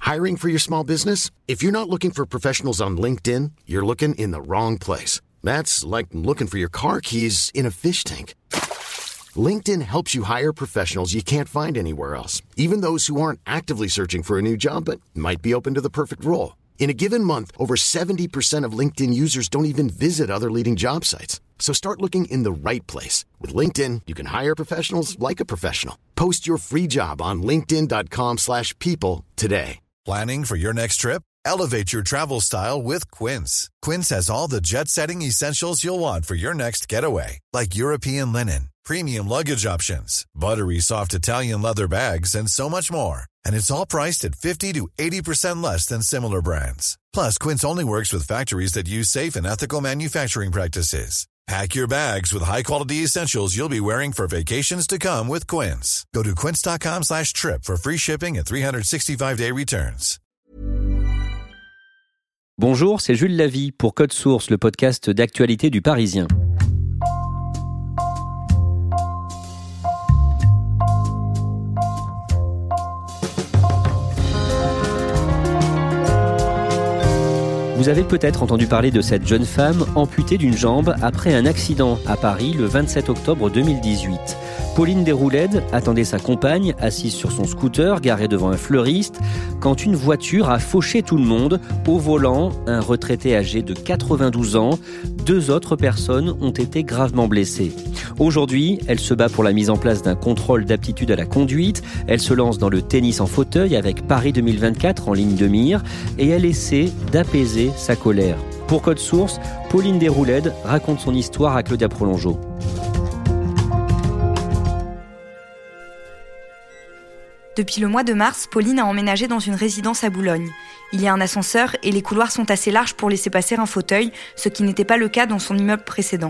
Hiring for your small business? If you're not looking for professionals on LinkedIn, you're looking in the wrong place. That's like looking for your car keys in a fish tank. LinkedIn helps you hire professionals you can't find anywhere else, even those who aren't actively searching for a new job but might be open to the perfect role. In a given month, over 70% of LinkedIn users don't even visit other leading job sites. So start looking in the right place. With LinkedIn, you can hire professionals like a professional. Post your free job on linkedin.com/people today. Planning for your next trip? Elevate your travel style with Quince. Quince has all the jet-setting essentials you'll want for your next getaway, like European linen, premium luggage options, buttery soft Italian leather bags, and so much more. And it's all priced at 50 to 80% less than similar brands. Plus, Quince only works with factories that use safe and ethical manufacturing practices. Pack your bags with high-quality essentials you'll be wearing for vacations to come with Quince. Go to quince.com/trip for free shipping and 365-day returns. Bonjour, c'est Jules Lavie pour Code Source, le podcast d'actualité du Parisien. Vous avez peut-être entendu parler de cette jeune femme amputée d'une jambe après un accident à Paris le 27 octobre 2018. Pauline Desroulèdes attendait sa compagne assise sur son scooter garé devant un fleuriste quand une voiture a fauché tout le monde. Au volant, un retraité âgé de 92 ans. 2 autres personnes ont été gravement blessées. Aujourd'hui, elle se bat pour la mise en place d'un contrôle d'aptitude à la conduite. Elle se lance dans le tennis en fauteuil avec Paris 2024 en ligne de mire et elle essaie d'apaiser sa colère. Pour Code Source, Pauline Desroulèdes raconte son histoire à Claudia Prolongeau. Depuis le mois de mars, Pauline a emménagé dans une résidence à Boulogne. Il y a un ascenseur et les couloirs sont assez larges pour laisser passer un fauteuil, ce qui n'était pas le cas dans son immeuble précédent.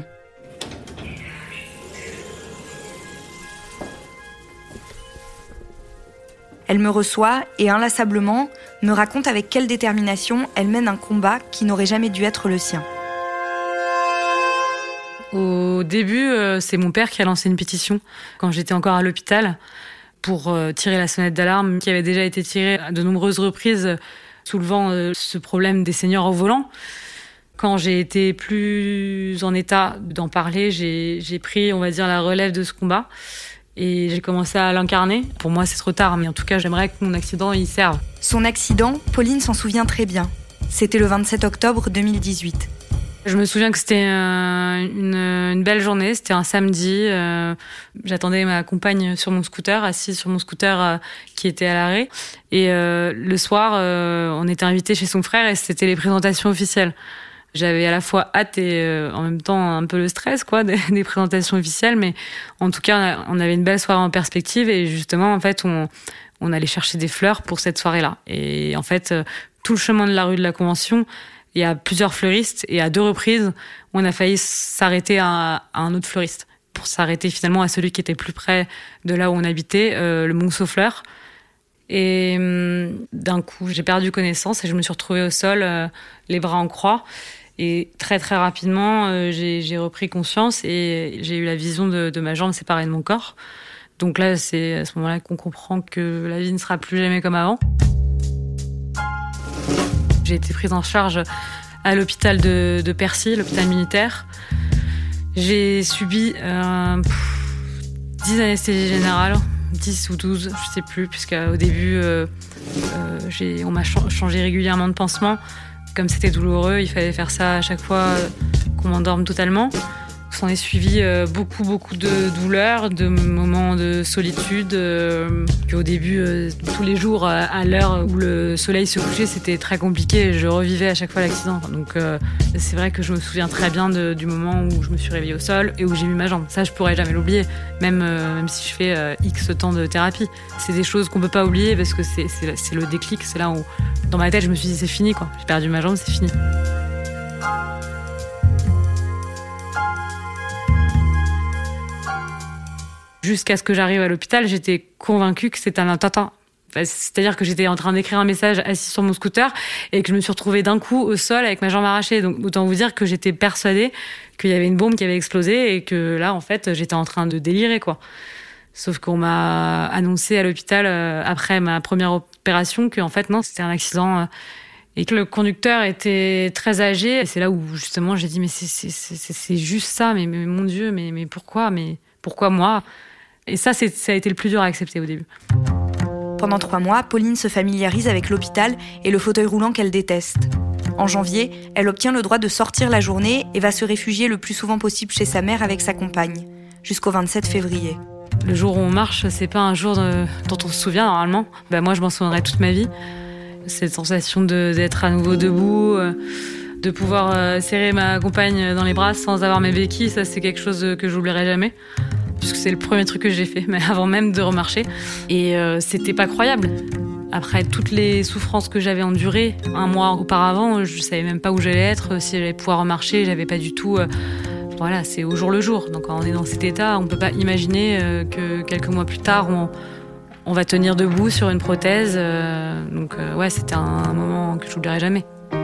Elle me reçoit et inlassablement me raconte avec quelle détermination elle mène un combat qui n'aurait jamais dû être le sien. Au début, c'est mon père qui a lancé une pétition quand j'étais encore à l'hôpital pour tirer la sonnette d'alarme qui avait déjà été tirée à de nombreuses reprises, soulevant ce problème des seniors au volant. Quand j'ai été plus en état d'en parler, j'ai pris, on va dire, la relève de ce combat et j'ai commencé à l'incarner. Pour moi, c'est trop tard, mais en tout cas, j'aimerais que mon accident y serve. Son accident, Pauline s'en souvient très bien. C'était le 27 octobre 2018. Je me souviens que c'était une belle journée, c'était un samedi. J'attendais ma compagne sur mon scooter, assise sur mon scooter qui était à l'arrêt. Et le soir, on était invités chez son frère et c'était les présentations officielles. J'avais à la fois hâte et en même temps un peu le stress des présentations officielles. Mais en tout cas, on avait une belle soirée en perspective et justement, en fait, on allait chercher des fleurs pour cette soirée-là. Et en fait, tout le chemin de la rue de la Convention, il y a plusieurs fleuristes et à 2 reprises, on a failli s'arrêter à un autre fleuriste pour s'arrêter finalement à celui qui était plus près de là où on habitait, le Monceau Fleurs. Et d'un coup, j'ai perdu connaissance et je me suis retrouvée au sol, les bras en croix. Et très très rapidement, j'ai repris conscience et j'ai eu la vision de ma jambe séparée de mon corps. Donc là, c'est à ce moment-là qu'on comprend que la vie ne sera plus jamais comme avant. J'ai été prise en charge à l'hôpital de Percy, l'hôpital militaire. J'ai subi 10 anesthésies générales, 10 ou 12, je sais plus, puisqu'au début, on m'a changé régulièrement de pansement. Comme c'était douloureux, il fallait faire ça à chaque fois qu'on m'endorme totalement. S'en est suivi beaucoup de douleurs, de moments de solitude. Qu'au début, tous les jours, à l'heure où le soleil se couchait, c'était très compliqué. Je revivais à chaque fois l'accident. Donc c'est vrai que je me souviens très bien du moment où je me suis réveillée au sol et où j'ai vu ma jambe. Ça, je pourrais jamais l'oublier, même si je fais X temps de thérapie. C'est des choses qu'on peut pas oublier parce que c'est le déclic. C'est là où, dans ma tête, je me suis dit c'est fini, quoi. J'ai perdu ma jambe, c'est fini. Jusqu'à ce que j'arrive à l'hôpital, j'étais convaincue que c'était un attentat. C'est-à-dire que j'étais en train d'écrire un message assis sur mon scooter et que je me suis retrouvée d'un coup au sol avec ma jambe arrachée. Donc autant vous dire que j'étais persuadée qu'il y avait une bombe qui avait explosé et que là, en fait, j'étais en train de délirer, quoi. Sauf qu'on m'a annoncé à l'hôpital, après ma première opération, qu'en fait, non, c'était un accident et que le conducteur était très âgé. Et c'est là où, justement, j'ai dit, mais c'est juste ça, mais mon Dieu, mais pourquoi moi ? Et ça a été le plus dur à accepter au début. Pendant 3 mois, Pauline se familiarise avec l'hôpital et le fauteuil roulant qu'elle déteste. En janvier, elle obtient le droit de sortir la journée et va se réfugier le plus souvent possible chez sa mère avec sa compagne, jusqu'au 27 février. Le jour où on marche, c'est pas un jour dont on se souvient normalement. Moi, je m'en souviendrai toute ma vie. Cette sensation d'être à nouveau debout, de pouvoir serrer ma compagne dans les bras sans avoir mes béquilles, ça c'est quelque chose que j'oublierai jamais. Puisque c'est le premier truc que j'ai fait, mais avant même de remarcher. Et c'était pas croyable. Après toutes les souffrances que j'avais endurées 1 mois auparavant, je savais même pas où j'allais être, si j'allais pouvoir remarcher, j'avais pas du tout... Voilà, c'est au jour le jour. Donc quand on est dans cet état, on peut pas imaginer que quelques mois plus tard, on va tenir debout sur une prothèse. Ouais, c'était un moment que j'oublierai jamais.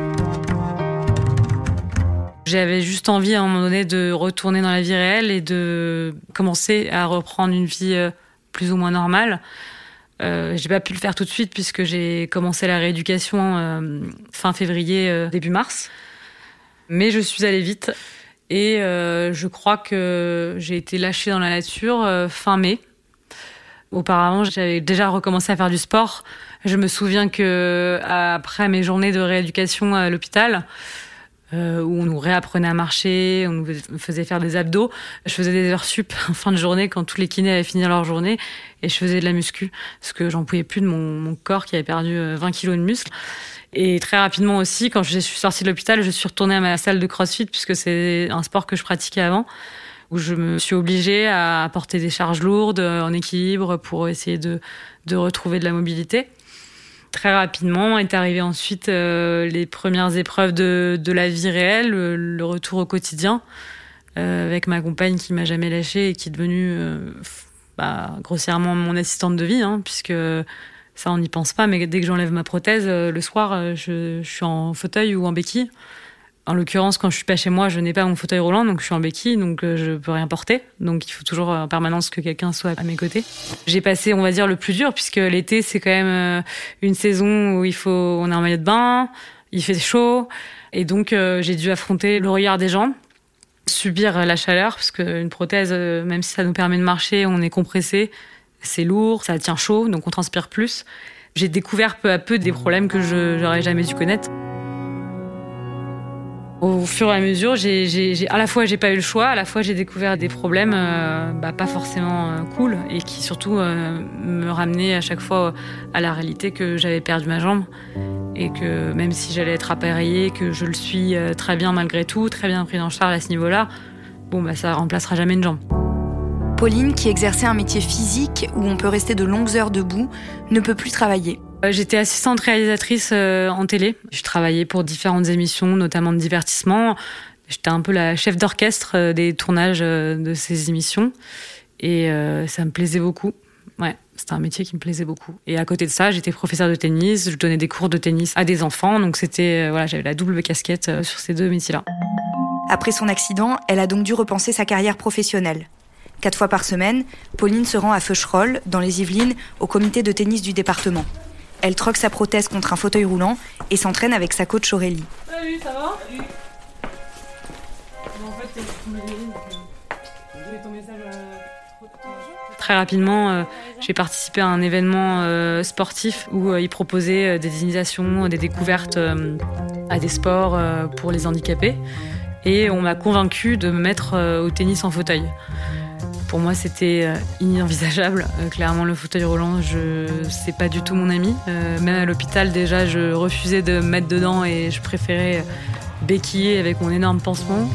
J'avais juste envie à un moment donné de retourner dans la vie réelle et de commencer à reprendre une vie plus ou moins normale. J'ai pas pu le faire tout de suite puisque j'ai commencé la rééducation fin février, début mars. Mais je suis allée vite et je crois que j'ai été lâchée dans la nature fin mai. Auparavant, j'avais déjà recommencé à faire du sport. Je me souviens que après mes journées de rééducation à l'hôpital, où on nous réapprenait à marcher, on nous faisait faire des abdos. Je faisais des heures sup en fin de journée quand tous les kinés avaient fini leur journée et je faisais de la muscu parce que j'en pouvais plus de mon corps qui avait perdu 20 kilos de muscles. Et très rapidement aussi, quand je suis sortie de l'hôpital, je suis retournée à ma salle de crossfit puisque c'est un sport que je pratiquais avant, où je me suis obligée à porter des charges lourdes en équilibre pour essayer de retrouver de la mobilité. Très rapidement est arrivé ensuite les premières épreuves de la vie réelle, le retour au quotidien, avec ma compagne qui m'a jamais lâchée et qui est devenue grossièrement mon assistante de vie, puisque ça on n'y pense pas, mais dès que j'enlève ma prothèse, le soir je suis en fauteuil ou en béquille. En l'occurrence, quand je suis pas chez moi, je n'ai pas mon fauteuil roulant, donc je suis en béquille, donc je peux rien porter. Donc il faut toujours en permanence que quelqu'un soit à mes côtés. J'ai passé, on va dire, le plus dur, puisque l'été, c'est quand même une saison où on est en maillot de bain, il fait chaud, et donc j'ai dû affronter le regard des gens, subir la chaleur, parce qu'une prothèse, même si ça nous permet de marcher, on est compressé, c'est lourd, ça tient chaud, donc on transpire plus. J'ai découvert peu à peu des problèmes que j'aurais jamais dû connaître. Au fur et à mesure, à la fois j'ai pas eu le choix, à la fois j'ai découvert des problèmes pas forcément cool et qui surtout me ramenaient à chaque fois à la réalité que j'avais perdu ma jambe et que même si j'allais être appareillée, que je le suis très bien malgré tout, très bien prise en charge à ce niveau-là, ça remplacera jamais une jambe. Pauline, qui exerçait un métier physique où on peut rester de longues heures debout, ne peut plus travailler. J'étais assistante réalisatrice en télé. Je travaillais pour différentes émissions, notamment de divertissement. J'étais un peu la chef d'orchestre des tournages de ces émissions. Et ça me plaisait beaucoup. Ouais, c'était un métier qui me plaisait beaucoup. Et à côté de ça, j'étais professeure de tennis. Je donnais des cours de tennis à des enfants. Donc j'avais la double casquette sur ces 2 métiers-là. Après son accident, elle a donc dû repenser sa carrière professionnelle. 4 fois par semaine, Pauline se rend à Feucherolles, dans les Yvelines, au comité de tennis du département. Elle troque sa prothèse contre un fauteuil roulant et s'entraîne avec sa coach Aurélie. Salut, ça va ? Salut. En fait, j'ai ton message. Très rapidement, j'ai participé à un événement sportif où ils proposaient des initiations, des découvertes à des sports pour les handicapés. Et on m'a convaincue de me mettre au tennis en fauteuil. Pour moi, c'était inenvisageable. Clairement, le fauteuil roulant, c'est pas du tout mon ami. Même à l'hôpital, déjà, je refusais de me mettre dedans et je préférais béquiller avec mon énorme pansement.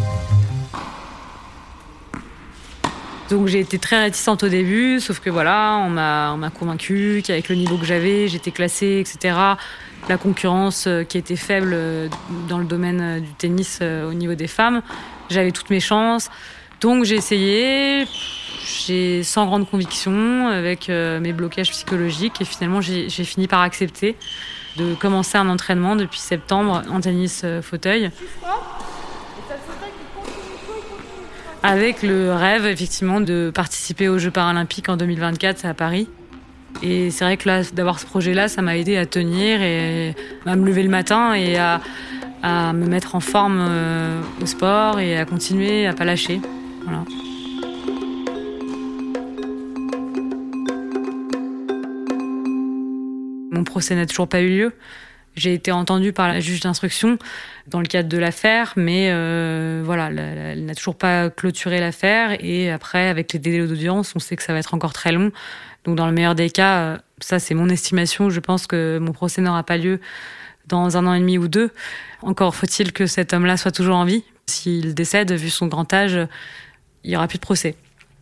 Donc j'ai été très réticente au début, sauf que on m'a convaincue qu'avec le niveau que j'avais, j'étais classée, etc. La concurrence qui était faible dans le domaine du tennis au niveau des femmes, j'avais toutes mes chances. Donc j'ai essayé, sans grande conviction, avec mes blocages psychologiques, et finalement j'ai fini par accepter de commencer un entraînement depuis septembre en tennis fauteuil. avec le rêve effectivement de participer aux Jeux paralympiques en 2024 à Paris. Et c'est vrai que là, d'avoir ce projet-là, ça m'a aidé à tenir et à me lever le matin et à me mettre en forme au sport et à continuer, à pas lâcher. Voilà. Mon procès n'a toujours pas eu lieu. J'ai été entendue par la juge d'instruction dans le cadre de l'affaire, mais voilà, elle n'a toujours pas clôturé l'affaire. Et après, avec les délais d'audience, on sait que ça va être encore très long. Donc dans le meilleur des cas, ça c'est mon estimation, je pense que mon procès n'aura pas lieu dans 1 an et demi ou 2. Encore faut-il que cet homme-là soit toujours en vie. S'il décède, vu son grand âge, il n'y aura plus de procès.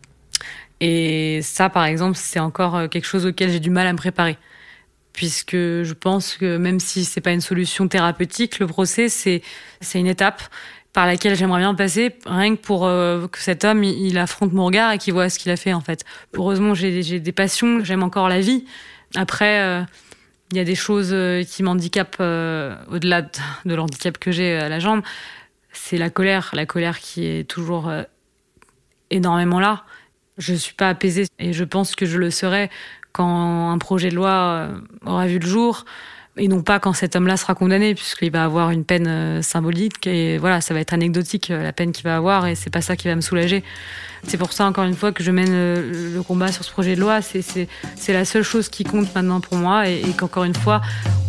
Et ça, par exemple, c'est encore quelque chose auquel j'ai du mal à me préparer. Puisque je pense que même si c'est pas une solution thérapeutique, le procès, c'est une étape par laquelle j'aimerais bien passer, rien que pour que cet homme, il affronte mon regard et qu'il voit ce qu'il a fait, en fait. Heureusement, j'ai des passions, j'aime encore la vie. Après, il y a des choses qui m'handicapent au-delà de l'handicap que j'ai à la jambe. C'est la colère qui est toujours énormément là. Je suis pas apaisée et je pense que je le serai quand un projet de loi aura vu le jour et non pas quand cet homme-là sera condamné, puisqu'il va avoir une peine symbolique et voilà, ça va être anecdotique la peine qu'il va avoir et c'est pas ça qui va me soulager. C'est pour ça, encore une fois, que je mène le combat sur ce projet de loi. C'est la seule chose qui compte maintenant pour moi et qu'encore une fois,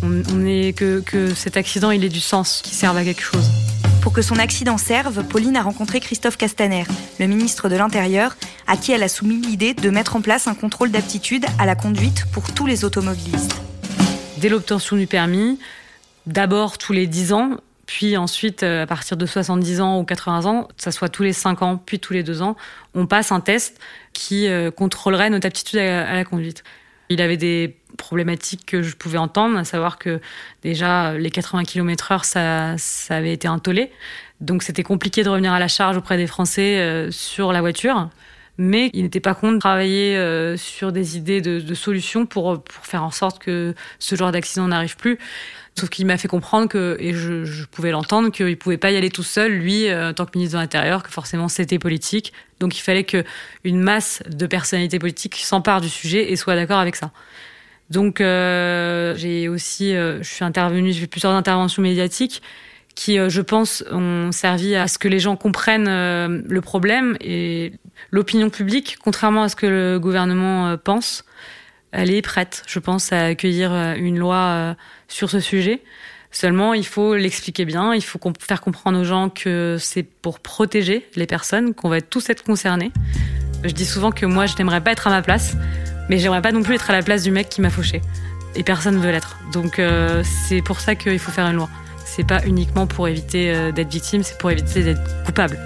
que cet accident, il ait du sens, qu'il serve à quelque chose. Pour que son accident serve, Pauline a rencontré Christophe Castaner, le ministre de l'Intérieur, à qui elle a soumis l'idée de mettre en place un contrôle d'aptitude à la conduite pour tous les automobilistes. Dès l'obtention du permis, d'abord tous les 10 ans, puis ensuite, à partir de 70 ans ou 80 ans, que ça soit tous les 5 ans, puis tous les 2 ans, on passe un test qui contrôlerait notre aptitude à la conduite. Il avait des problématiques que je pouvais entendre, à savoir que déjà les 80 km/h, ça avait été un tollé. Donc c'était compliqué de revenir à la charge auprès des Français sur la voiture. Mais il n'était pas contre de travailler sur des idées de solutions pour faire en sorte que ce genre d'accident n'arrive plus. Sauf qu'il m'a fait comprendre que, et je pouvais l'entendre, qu'il ne pouvait pas y aller tout seul, lui, en tant que ministre de l'Intérieur, que forcément c'était politique. Donc il fallait qu'une masse de personnalités politiques s'emparent du sujet et soient d'accord avec ça. Donc j'ai aussi, je suis intervenue, j'ai fait plusieurs interventions médiatiques qui, je pense, ont servi à ce que les gens comprennent le problème et l'opinion publique, contrairement à ce que le gouvernement pense, elle est prête, je pense, à accueillir une loi sur ce sujet. Seulement, il faut l'expliquer bien, il faut faire comprendre aux gens que c'est pour protéger les personnes, qu'on va tous être concernés. Je dis souvent que moi, je n'aimerais pas être à ma place, mais j'aimerais pas non plus être à la place du mec qui m'a fauché. Et personne ne veut l'être. Donc c'est pour ça qu'il faut faire une loi. C'est pas uniquement pour éviter d'être victime, c'est pour éviter d'être coupable.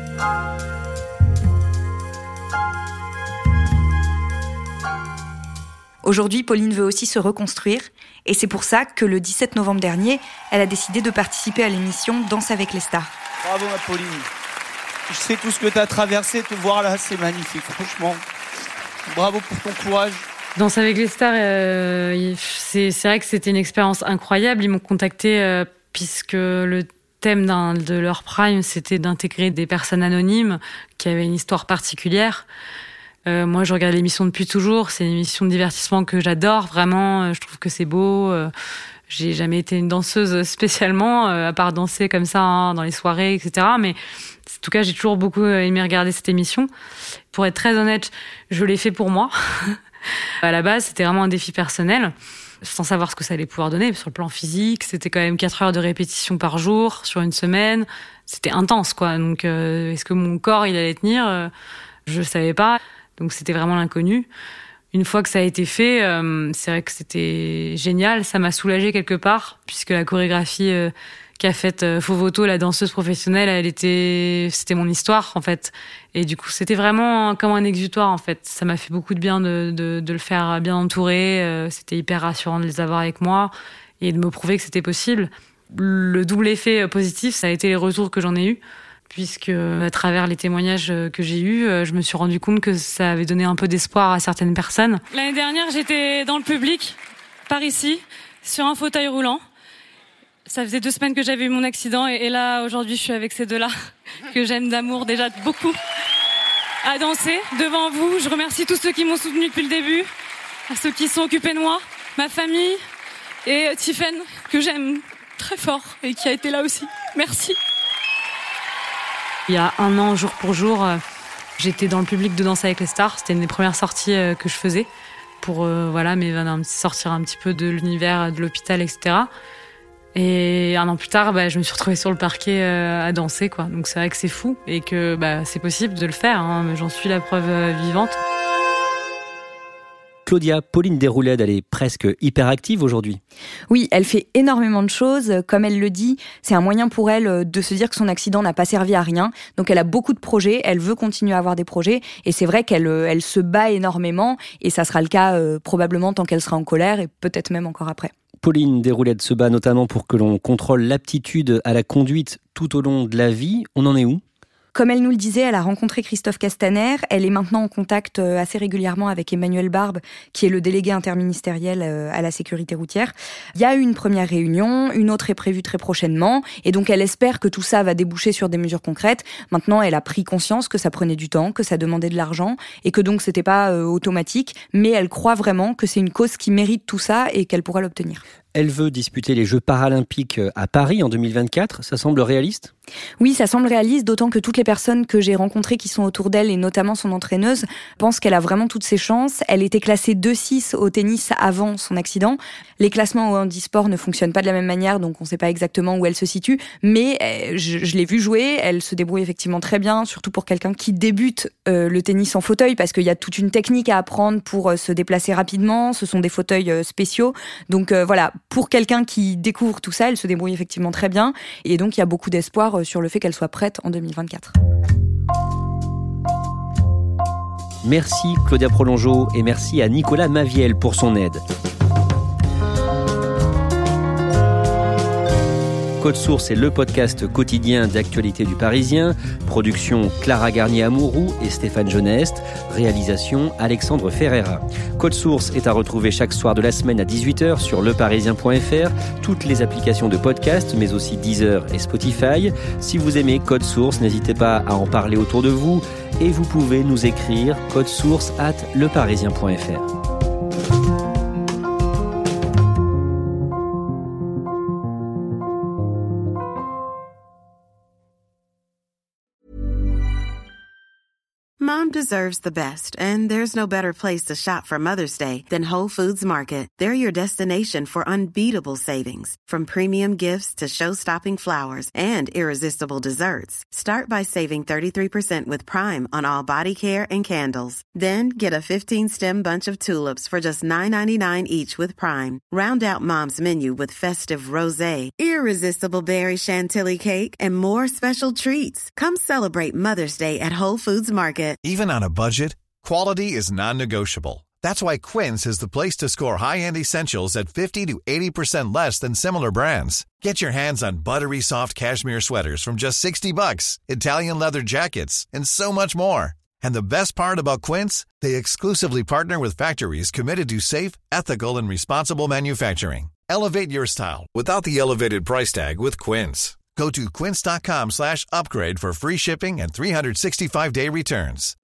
Aujourd'hui, Pauline veut aussi se reconstruire et c'est pour ça que le 17 novembre dernier, elle a décidé de participer à l'émission Danse avec les stars. Bravo ma Pauline. Je sais tout ce que tu as traversé, te voir là, c'est magnifique, franchement. Bravo pour ton courage. Danse avec les stars, c'est vrai que c'était une expérience incroyable. Ils m'ont contacté puisque le thème de leur prime, c'était d'intégrer des personnes anonymes qui avaient une histoire particulière. Moi, je regarde l'émission depuis toujours. C'est une émission de divertissement que j'adore, vraiment. Je trouve que c'est beau. J'ai jamais été une danseuse spécialement, à part danser comme ça dans les soirées, etc. Mais en tout cas, j'ai toujours beaucoup aimé regarder cette émission. Pour être très honnête, je l'ai fait pour moi. À la base, c'était vraiment un défi personnel, sans savoir ce que ça allait pouvoir donner. Sur le plan physique, c'était quand même 4 heures de répétition par jour, sur une semaine. C'était intense, quoi. Donc, est-ce que mon corps, il allait tenir ? Je savais pas. Donc c'était vraiment l'inconnu. Une fois que ça a été fait, c'est vrai que c'était génial. Ça m'a soulagée quelque part, puisque la chorégraphie qu'a faite Fovoto, la danseuse professionnelle, c'était mon histoire en fait. Et du coup, c'était vraiment comme un exutoire en fait. Ça m'a fait beaucoup de bien de le faire bien entouré. C'était hyper rassurant de les avoir avec moi et de me prouver que c'était possible. Le double effet positif, ça a été les retours que j'en ai eus. Puisque à travers les témoignages que j'ai eus, je me suis rendu compte que ça avait donné un peu d'espoir à certaines personnes. L'année dernière, j'étais dans le public, par ici, sur un fauteuil roulant. Ça faisait 2 semaines que j'avais eu mon accident et là, aujourd'hui, je suis avec ces deux-là, que j'aime d'amour déjà beaucoup. à danser devant vous. Je remercie tous ceux qui m'ont soutenu depuis le début, à ceux qui se sont occupés de moi, ma famille et Tiffaine, que j'aime très fort et qui a été là aussi. Merci. Il y a 1 an, jour pour jour, j'étais dans le public de Danse avec les stars. C'était une des premières sorties que je faisais pour sortir un petit peu de l'univers de l'hôpital, etc. Et 1 an plus tard, je me suis retrouvée sur le parquet à danser, quoi. Donc c'est vrai que c'est fou et que c'est possible de le faire, hein, mais j'en suis la preuve vivante. Claudia, Pauline Déroulède, elle est presque hyperactive aujourd'hui. Oui, elle fait énormément de choses. Comme elle le dit, c'est un moyen pour elle de se dire que son accident n'a pas servi à rien. Donc elle a beaucoup de projets, elle veut continuer à avoir des projets. Et c'est vrai qu'elle se bat énormément. Et ça sera le cas probablement tant qu'elle sera en colère et peut-être même encore après. Pauline Déroulède se bat notamment pour que l'on contrôle l'aptitude à la conduite tout au long de la vie. On en est où ? Comme elle nous le disait, elle a rencontré Christophe Castaner. Elle est maintenant en contact assez régulièrement avec Emmanuel Barbe, qui est le délégué interministériel à la sécurité routière. Il y a eu une première réunion, une autre est prévue très prochainement. Et donc, elle espère que tout ça va déboucher sur des mesures concrètes. Maintenant, elle a pris conscience que ça prenait du temps, que ça demandait de l'argent et que donc c'était pas automatique. Mais elle croit vraiment que c'est une cause qui mérite tout ça et qu'elle pourra l'obtenir. Elle veut disputer les Jeux paralympiques à Paris en 2024. Ça semble réaliste ? Oui, ça semble réaliste, d'autant que toutes les personnes que j'ai rencontrées qui sont autour d'elle, et notamment son entraîneuse, pensent qu'elle a vraiment toutes ses chances. Elle était classée 2-6 au tennis avant son accident. Les classements au handisport ne fonctionnent pas de la même manière, donc on ne sait pas exactement où elle se situe. Mais je l'ai vue jouer, elle se débrouille effectivement très bien, surtout pour quelqu'un qui débute le tennis en fauteuil, parce qu'il y a toute une technique à apprendre pour se déplacer rapidement. Ce sont des fauteuils spéciaux. Donc voilà, pour quelqu'un qui découvre tout ça, elle se débrouille effectivement très bien. Et donc il y a beaucoup d'espoir sur le fait qu'elle soit prête en 2024. Merci Claudia Prolongeau et merci à Nicolas Maviel pour son aide. Code Source est le podcast quotidien d'actualité du Parisien. Production Clara Garnier-Amouroux et Stéphane Geneste. Réalisation Alexandre Ferreira. Code Source est à retrouver chaque soir de la semaine à 18h sur leparisien.fr, toutes les applications de podcast, mais aussi Deezer et Spotify. Si vous aimez Code Source, n'hésitez pas à en parler autour de vous et vous pouvez nous écrire codesource@leparisien.fr. Mom deserves the best, and there's no better place to shop for Mother's Day than Whole Foods Market. They're your destination for unbeatable savings, from premium gifts to show-stopping flowers and irresistible desserts. Start by saving 33% with Prime on all body care and candles. Then get a 15-stem bunch of tulips for just $9.99 each with Prime. Round out Mom's menu with festive rosé, irresistible berry chantilly cake, and more special treats. Come celebrate Mother's Day at Whole Foods Market. Even on a budget, quality is non-negotiable. That's why Quince is the place to score high-end essentials at 50 to 80% less than similar brands. Get your hands on buttery soft cashmere sweaters from just $60, Italian leather jackets, and so much more. And the best part about Quince, they exclusively partner with factories committed to safe, ethical, and responsible manufacturing. Elevate your style without the elevated price tag with Quince. Go to quince.com/upgrade for free shipping and 365-day returns.